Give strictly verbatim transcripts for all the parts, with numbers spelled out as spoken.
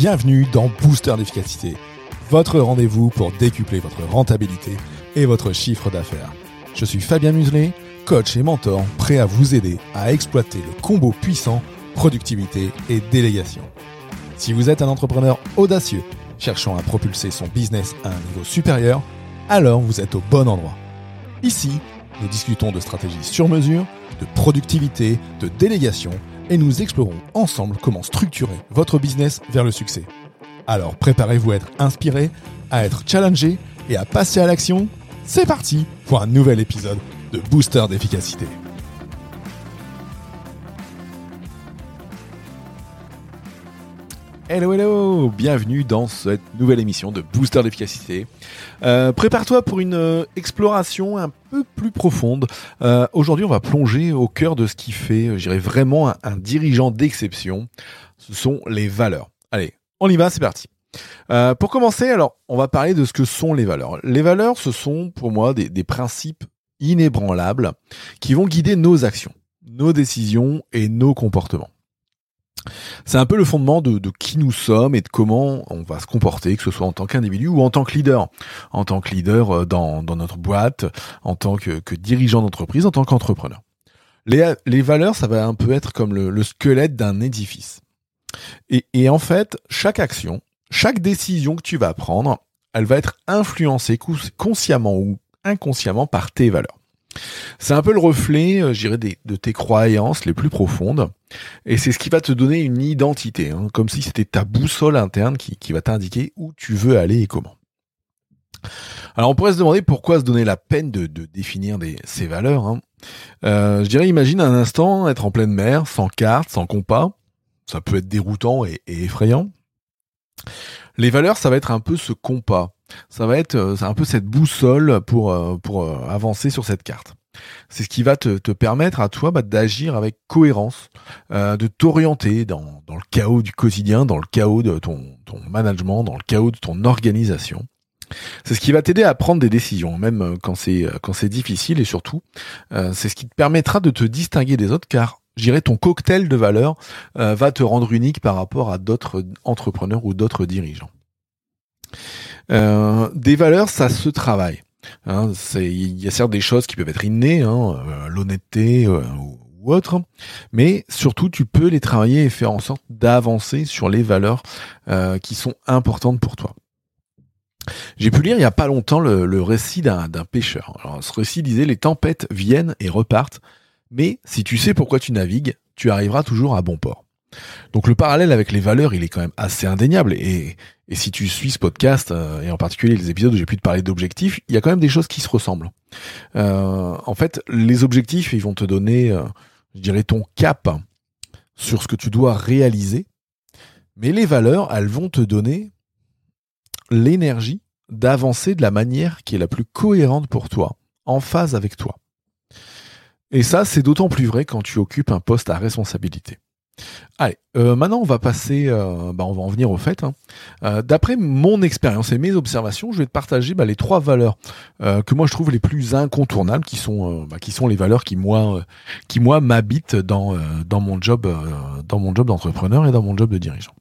Bienvenue dans Booster d'efficacité, votre rendez-vous pour décupler votre rentabilité et votre chiffre d'affaires. Je suis Fabien Muselet, coach et mentor, prêt à vous aider à exploiter le combo puissant productivité et délégation. Si vous êtes un entrepreneur audacieux, cherchant à propulser son business à un niveau supérieur, alors vous êtes au bon endroit. Ici, nous discutons de stratégies sur mesure, de productivité, de délégation, et nous explorons ensemble comment structurer votre business vers le succès. Alors préparez-vous à être inspiré, à être challengé et à passer à l'action. C'est parti pour un nouvel épisode de Booster d'efficacité. Hello hello, bienvenue dans cette nouvelle émission de Booster d'efficacité. Euh, prépare-toi pour une euh, exploration un peu plus profonde. Euh, aujourd'hui, on va plonger au cœur de ce qui fait, euh, je dirais vraiment un, un dirigeant d'exception. Ce sont les valeurs. Allez, on y va, c'est parti. Euh, pour commencer, alors, on va parler de ce que sont les valeurs. Les valeurs, ce sont pour moi des, des principes inébranlables qui vont guider nos actions, nos décisions et nos comportements. C'est un peu le fondement de, de qui nous sommes et de comment on va se comporter, que ce soit en tant qu'individu ou en tant que leader. En tant que leader dans, dans notre boîte, en tant que, que dirigeant d'entreprise, en tant qu'entrepreneur. Les, les valeurs, ça va un peu être comme le, le squelette d'un édifice. Et, et en fait, chaque action, chaque décision que tu vas prendre, elle va être influencée consciemment ou inconsciemment par tes valeurs. C'est un peu le reflet, euh, je dirais, des, de tes croyances les plus profondes. Et c'est ce qui va te donner une identité, hein, comme si c'était ta boussole interne qui, qui va t'indiquer où tu veux aller et comment. Alors on pourrait se demander pourquoi se donner la peine de, de définir des, ces valeurs. Hein. Euh, je dirais, imagine un instant être en pleine mer, sans carte, sans compas. Ça peut être déroutant et, et effrayant. Les valeurs, ça va être un peu ce compas. Ça va être c'est un peu cette boussole pour, pour avancer sur cette carte. C'est ce qui va te, te permettre à toi bah, d'agir avec cohérence, euh, de t'orienter dans, dans le chaos du quotidien, dans le chaos de ton, ton management, dans le chaos de ton organisation. C'est ce qui va t'aider à prendre des décisions, même quand c'est, quand c'est difficile, et surtout, euh, c'est ce qui te permettra de te distinguer des autres, car je dirais ton cocktail de valeurs euh, va te rendre unique par rapport à d'autres entrepreneurs ou d'autres dirigeants. Euh, des valeurs, ça se travaille. Hein, c'est, il y a certes des choses qui peuvent être innées, hein, euh, l'honnêteté euh, ou, ou autre, mais surtout tu peux les travailler et faire en sorte d'avancer sur les valeurs euh, qui sont importantes pour toi. J'ai pu lire il y a pas longtemps le, le récit d'un, d'un pêcheur. Alors, ce récit disait: les tempêtes viennent et repartent, mais si tu sais pourquoi tu navigues, tu arriveras toujours à bon port. Donc le parallèle avec les valeurs, il est quand même assez indéniable. Et, et si tu suis ce podcast, euh, et en particulier les épisodes où j'ai pu te parler d'objectifs, il y a quand même des choses qui se ressemblent. Euh, en fait, les objectifs, ils vont te donner, euh, je dirais, ton cap sur ce que tu dois réaliser. Mais les valeurs, elles vont te donner l'énergie d'avancer de la manière qui est la plus cohérente pour toi, en phase avec toi. Et ça, c'est d'autant plus vrai quand tu occupes un poste à responsabilité. Allez, euh, maintenant on va passer, euh, bah on va en venir au fait. Hein. Euh, d'après mon expérience et mes observations, je vais te partager bah, les trois valeurs euh, que moi je trouve les plus incontournables, qui sont, euh, bah, qui sont les valeurs qui moi, euh, qui moi m'habitent dans euh, dans mon job, euh, dans mon job d'entrepreneur et dans mon job de dirigeant.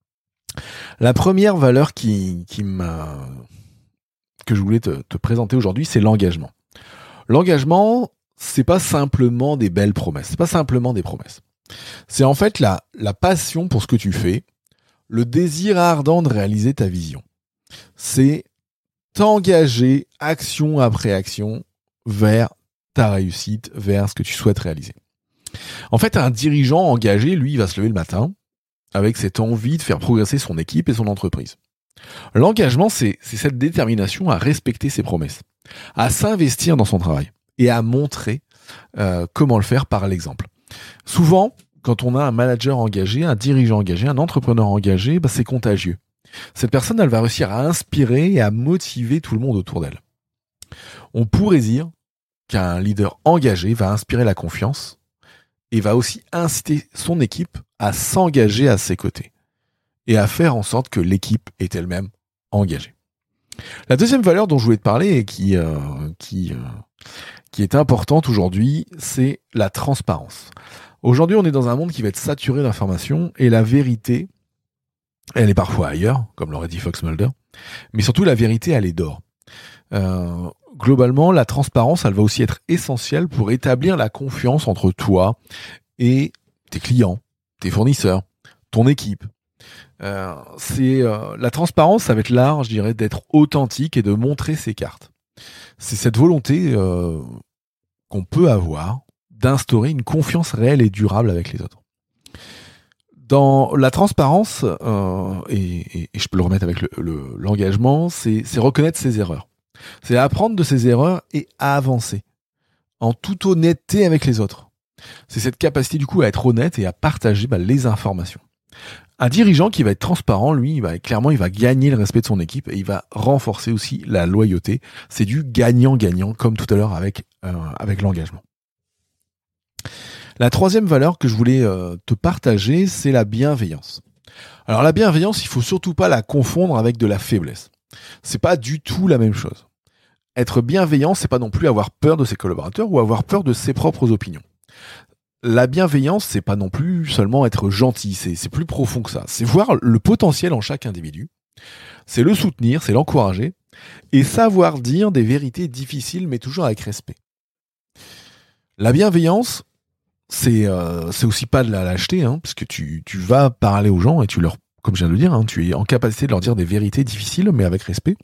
La première valeur qui qui m'a que je voulais te, te présenter aujourd'hui, c'est l'engagement. L'engagement, c'est pas simplement des belles promesses, c'est pas simplement des promesses. C'est en fait la, la passion pour ce que tu fais, le désir ardent de réaliser ta vision. C'est t'engager action après action vers ta réussite, vers ce que tu souhaites réaliser. En fait, un dirigeant engagé, lui, il va se lever le matin avec cette envie de faire progresser son équipe et son entreprise. L'engagement, c'est, c'est cette détermination à respecter ses promesses, à s'investir dans son travail et à montrer euh, comment le faire par l'exemple. Souvent, quand on a un manager engagé, un dirigeant engagé, un entrepreneur engagé, bah c'est contagieux. Cette personne, elle va réussir à inspirer et à motiver tout le monde autour d'elle. On pourrait dire qu'un leader engagé va inspirer la confiance et va aussi inciter son équipe à s'engager à ses côtés et à faire en sorte que l'équipe est elle-même engagée. La deuxième valeur dont je voulais te parler et qui, euh, qui, euh, qui est importante aujourd'hui, c'est la transparence. Aujourd'hui, on est dans un monde qui va être saturé d'informations et la vérité, Elle est parfois ailleurs, comme l'aurait dit Fox Mulder. Mais surtout, la vérité, elle est d'or. Euh, globalement, la transparence, elle va aussi être essentielle pour établir la confiance entre toi et tes clients, tes fournisseurs, ton équipe. Euh, c'est euh, la transparence, ça va être l'art, je dirais, d'être authentique et de montrer ses cartes. C'est cette volonté euh, qu'on peut avoir d'instaurer une confiance réelle et durable avec les autres. Dans la transparence, euh, et, et, et je peux le remettre avec le, le, l'engagement, c'est, c'est reconnaître ses erreurs. C'est apprendre de ses erreurs et avancer en toute honnêteté avec les autres. C'est cette capacité du coup à être honnête et à partager bah, les informations. Un dirigeant qui va être transparent, lui, il va, clairement, il va gagner le respect de son équipe et il va renforcer aussi la loyauté. C'est du gagnant-gagnant, comme tout à l'heure avec, euh, avec l'engagement. La troisième valeur que je voulais euh, te partager, c'est la bienveillance. Alors la bienveillance, il faut surtout pas la confondre avec de la faiblesse. C'est pas du tout la même chose. Être bienveillant, c'est pas non plus avoir peur de ses collaborateurs ou avoir peur de ses propres opinions. La bienveillance, c'est pas non plus seulement être gentil, c'est, c'est plus profond que ça. C'est voir le potentiel en chaque individu, c'est le soutenir, c'est l'encourager, et savoir dire des vérités difficiles, mais toujours avec respect. La bienveillance, c'est, euh, c'est aussi pas de la lâcheté, hein, parce que tu, tu vas parler aux gens et tu leur, comme je viens de le dire, hein, tu es en capacité de leur dire des vérités difficiles, mais avec respect.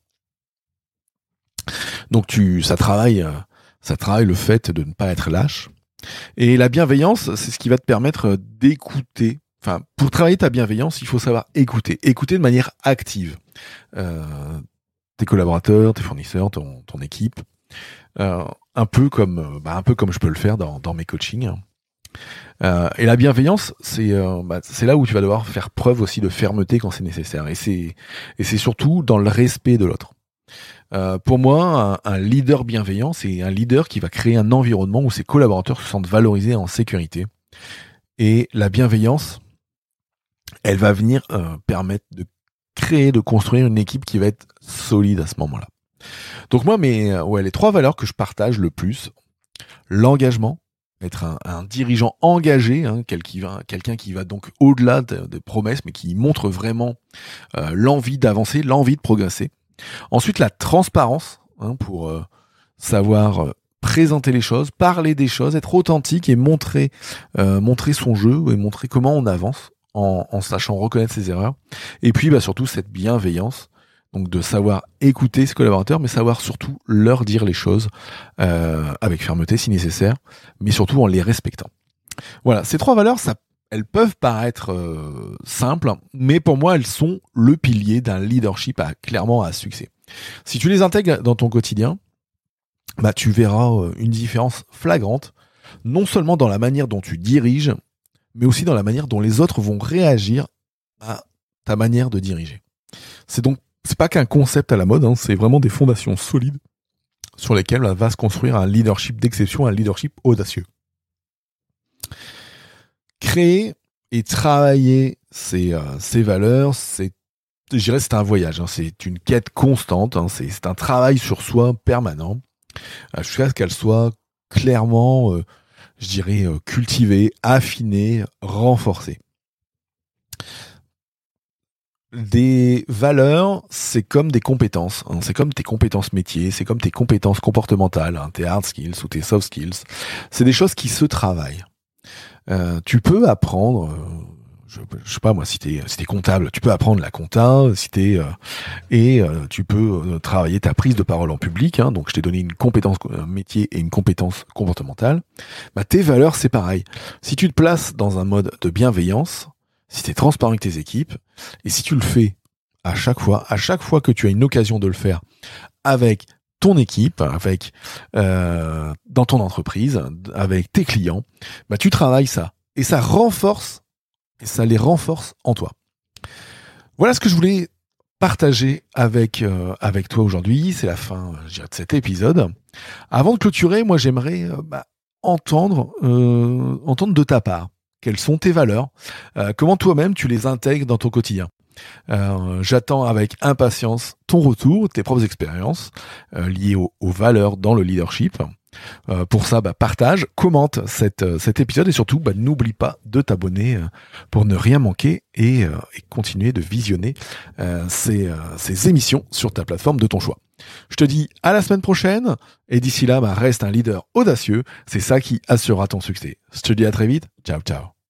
Donc tu, ça travaille, ça travaille le fait de ne pas être lâche. Et la bienveillance, c'est ce qui va te permettre d'écouter. Enfin, pour travailler ta bienveillance, il faut savoir écouter. Écouter de manière active. Euh, tes collaborateurs, tes fournisseurs, ton, ton équipe. Euh, un peu comme, bah, un peu comme je peux le faire dans, dans mes coachings. Euh, et la bienveillance, c'est, euh, bah, c'est là où tu vas devoir faire preuve aussi de fermeté quand c'est nécessaire. Et c'est, et c'est surtout dans le respect de l'autre. Euh, pour moi, un, un leader bienveillant, c'est un leader qui va créer un environnement où ses collaborateurs se sentent valorisés et en sécurité. Et la bienveillance, elle va venir euh, permettre de créer, de construire une équipe qui va être solide à ce moment-là. Donc moi, mes, ouais, les trois valeurs que je partage le plus, l'engagement, être un, un dirigeant engagé, hein, quel qui va, quelqu'un qui va donc au-delà de- des promesses, mais qui montre vraiment euh, l'envie d'avancer, l'envie de progresser. Ensuite, la transparence, hein, pour euh, savoir euh, présenter les choses, parler des choses, être authentique et montrer, euh, montrer son jeu et montrer comment on avance en, en sachant reconnaître ses erreurs. Et puis, bah, surtout, cette bienveillance, donc de savoir écouter ses collaborateurs, mais savoir surtout leur dire les choses euh, avec fermeté si nécessaire, mais surtout en les respectant. Voilà, ces trois valeurs, ça elles peuvent paraître euh, simples, mais pour moi, elles sont le pilier d'un leadership à, clairement à succès. Si tu les intègres dans ton quotidien, bah, tu verras euh, une différence flagrante, non seulement dans la manière dont tu diriges, mais aussi dans la manière dont les autres vont réagir à ta manière de diriger. C'est donc, c'est pas qu'un concept à la mode, hein, c'est vraiment des fondations solides sur lesquelles bah, va se construire un leadership d'exception, un leadership audacieux. Créer et travailler ces, euh, ces valeurs, c'est, je dirais, c'est un voyage, hein, c'est une quête constante, hein, c'est, c'est un travail sur soi permanent, euh, jusqu'à ce qu'elle soit clairement, euh, je dirais, euh, cultivée, affinée, renforcée. Des valeurs, c'est comme des compétences, hein, c'est comme tes compétences métiers, c'est comme tes compétences comportementales, hein, tes hard skills ou tes soft skills. C'est des choses qui se travaillent. Euh, tu peux apprendre, euh, je, je sais pas moi, si t'es si t'es comptable, tu peux apprendre la compta, si t'es euh, et euh, tu peux euh, travailler ta prise de parole en public. Hein, donc je t'ai donné une compétence euh, métier et une compétence comportementale. Bah tes valeurs c'est pareil. Si tu te places dans un mode de bienveillance, si t'es transparent avec tes équipes et si tu le fais à chaque fois, à chaque fois que tu as une occasion de le faire avec ton équipe, avec euh, dans ton entreprise, avec tes clients, bah tu travailles ça et ça renforce et ça les renforce en toi. Voilà ce que je voulais partager avec euh, avec toi aujourd'hui. C'est la fin, je dirais, de cet épisode. Avant de clôturer, moi j'aimerais euh, bah, entendre euh, entendre de ta part quelles sont tes valeurs, euh, comment toi-même tu les intègres dans ton quotidien. Euh, j'attends avec impatience ton retour, tes propres expériences euh, liées aux, aux valeurs dans le leadership. Euh, pour ça, bah, partage, commente cette, euh, cet épisode et surtout, bah, n'oublie pas de t'abonner euh, pour ne rien manquer et, euh, et continuer de visionner euh, ces, euh, ces émissions sur ta plateforme de ton choix. Je te dis à la semaine prochaine et d'ici là, bah, reste un leader audacieux. C'est ça qui assurera ton succès. Je te dis à très vite. Ciao, ciao.